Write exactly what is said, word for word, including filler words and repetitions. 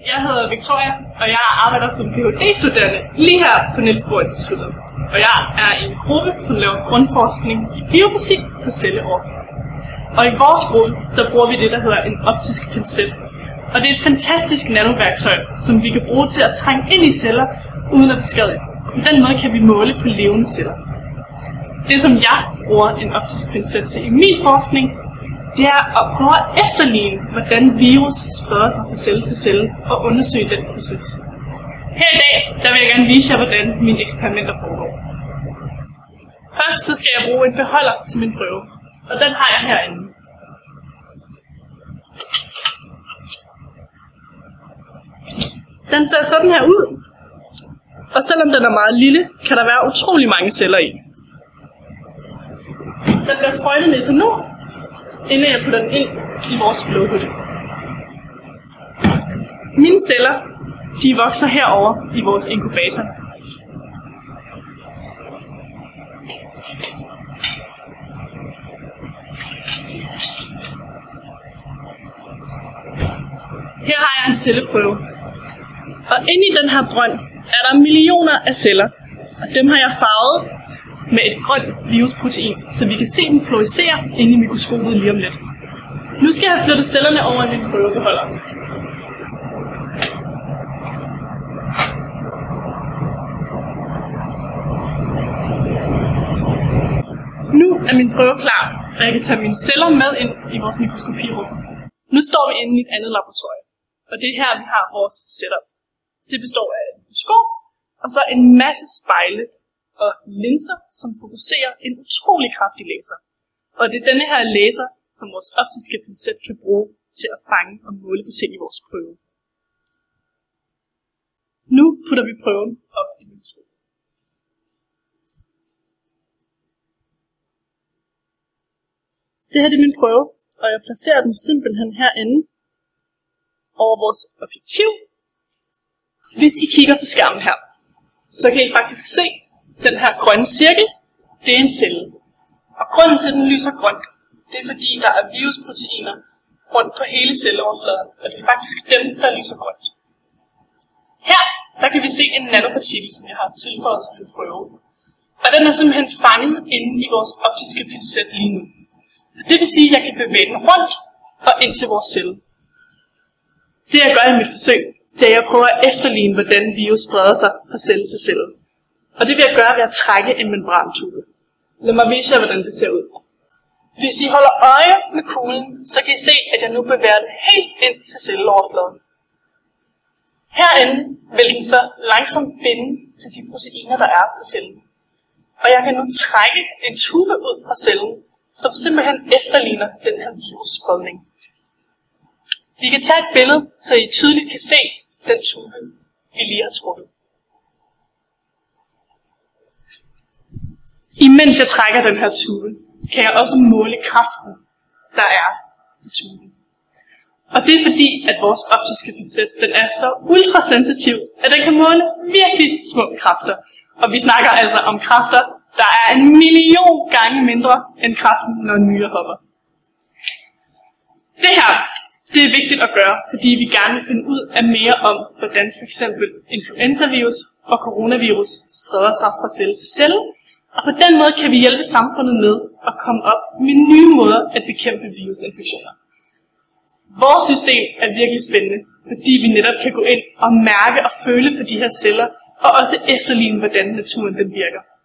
Jeg hedder Victoria, og jeg arbejder som P H D-studerende lige her på Niels Bohr Instituttet. Og jeg er i en gruppe, som laver grundforskning i biofysik på celleoverfladen. Og i vores gruppe, der bruger vi det, der hedder en optisk pincet. Og det er et fantastisk nanoværktøj, som vi kan bruge til at trænge ind i celler uden at beskadige. På den måde kan vi måle på levende celler. Det, som jeg bruger en optisk pincet til i min forskning, det er at prøve at efterligne, hvordan virus spreder sig fra celle til celle og undersøge den proces. Her i dag, der vil jeg gerne vise jer, hvordan mine eksperimenter foregår. Først så skal jeg bruge en beholder til min prøve, og den har jeg herinde. Den ser sådan her ud, og selvom den er meget lille, kan der være utrolig mange celler i. Den bliver sprøjtet ned til nu, inden jeg putter den ind i vores flowhytte. Mine celler, de vokser herover i vores inkubator. Her har jeg en celleprøve. Og inde i den her brønd er der millioner af celler, og dem har jeg farvet med et grønt virusprotein, så vi kan se dem fluorescere inde i mikroskopet lige om lidt. Nu skal jeg have flyttet cellerne over i min prøvebeholder. Nu er min prøve klar, og jeg kan tage mine celler med ind i vores mikroskopirum. Nu står vi inde i et andet laboratorium, og det er her, vi har vores setup. Det består af et mikroskop, og så en masse spejle og linser, som fokuserer en utrolig kraftig laser. Og det er denne her laser, som vores optiske pincet kan bruge til at fange og måle på ting i vores prøve. Nu putter vi prøven op i mikroskopet. Det her er min prøve, og jeg placerer den simpelthen herinde over vores objektiv. Hvis I kigger på skærmen her, så kan I faktisk se den her grønne cirkel. Det er en celle. Og grunden til, at den lyser grønt, det er fordi, der er virusproteiner rundt på hele celleoverfladen, og det er faktisk dem, der lyser grønt. Her der kan vi se en nanopartikel, som jeg har tilføjet som en prøve. Og den er simpelthen fanget inde i vores optiske pincet lige nu. Det vil sige, at jeg kan bevæge den rundt og ind til vores celle. Det jeg gør i mit forsøg, det er, at jeg prøver at efterligne, hvordan virus spreder sig fra celle til celle. Og det vil jeg gøre ved at trække en membrantube. Lad mig vise jer, hvordan det ser ud. Hvis I holder øje med kuglen, så kan I se, at jeg nu bevæger den helt ind til celleoverfladen. Herinde vil den så langsomt binde til de proteiner, der er på cellen. Og jeg kan nu trække en tube ud fra cellen, som simpelthen efterligner den her virusspredning. Vi kan tage et billede, så I tydeligt kan se den tube, vi lige har trukket. Imens jeg trækker den her tube, kan jeg også måle kraften, der er i tuben. Og det er fordi, at vores optiske pincet, den er så ultrasensitiv, at den kan måle virkelig små kræfter. Og vi snakker altså om kræfter, der er en million gange mindre end kraften, når en myre hopper. Det her, det er vigtigt at gøre, fordi vi gerne vil finde ud af mere om, hvordan for eksempel influenzavirus og coronavirus spreder sig fra celle til celle. Og på den måde kan vi hjælpe samfundet med at komme op med nye måder at bekæmpe virusinfektioner. Vores system er virkelig spændende, fordi vi netop kan gå ind og mærke og føle på de her celler, og også efterligne, hvordan naturen den virker.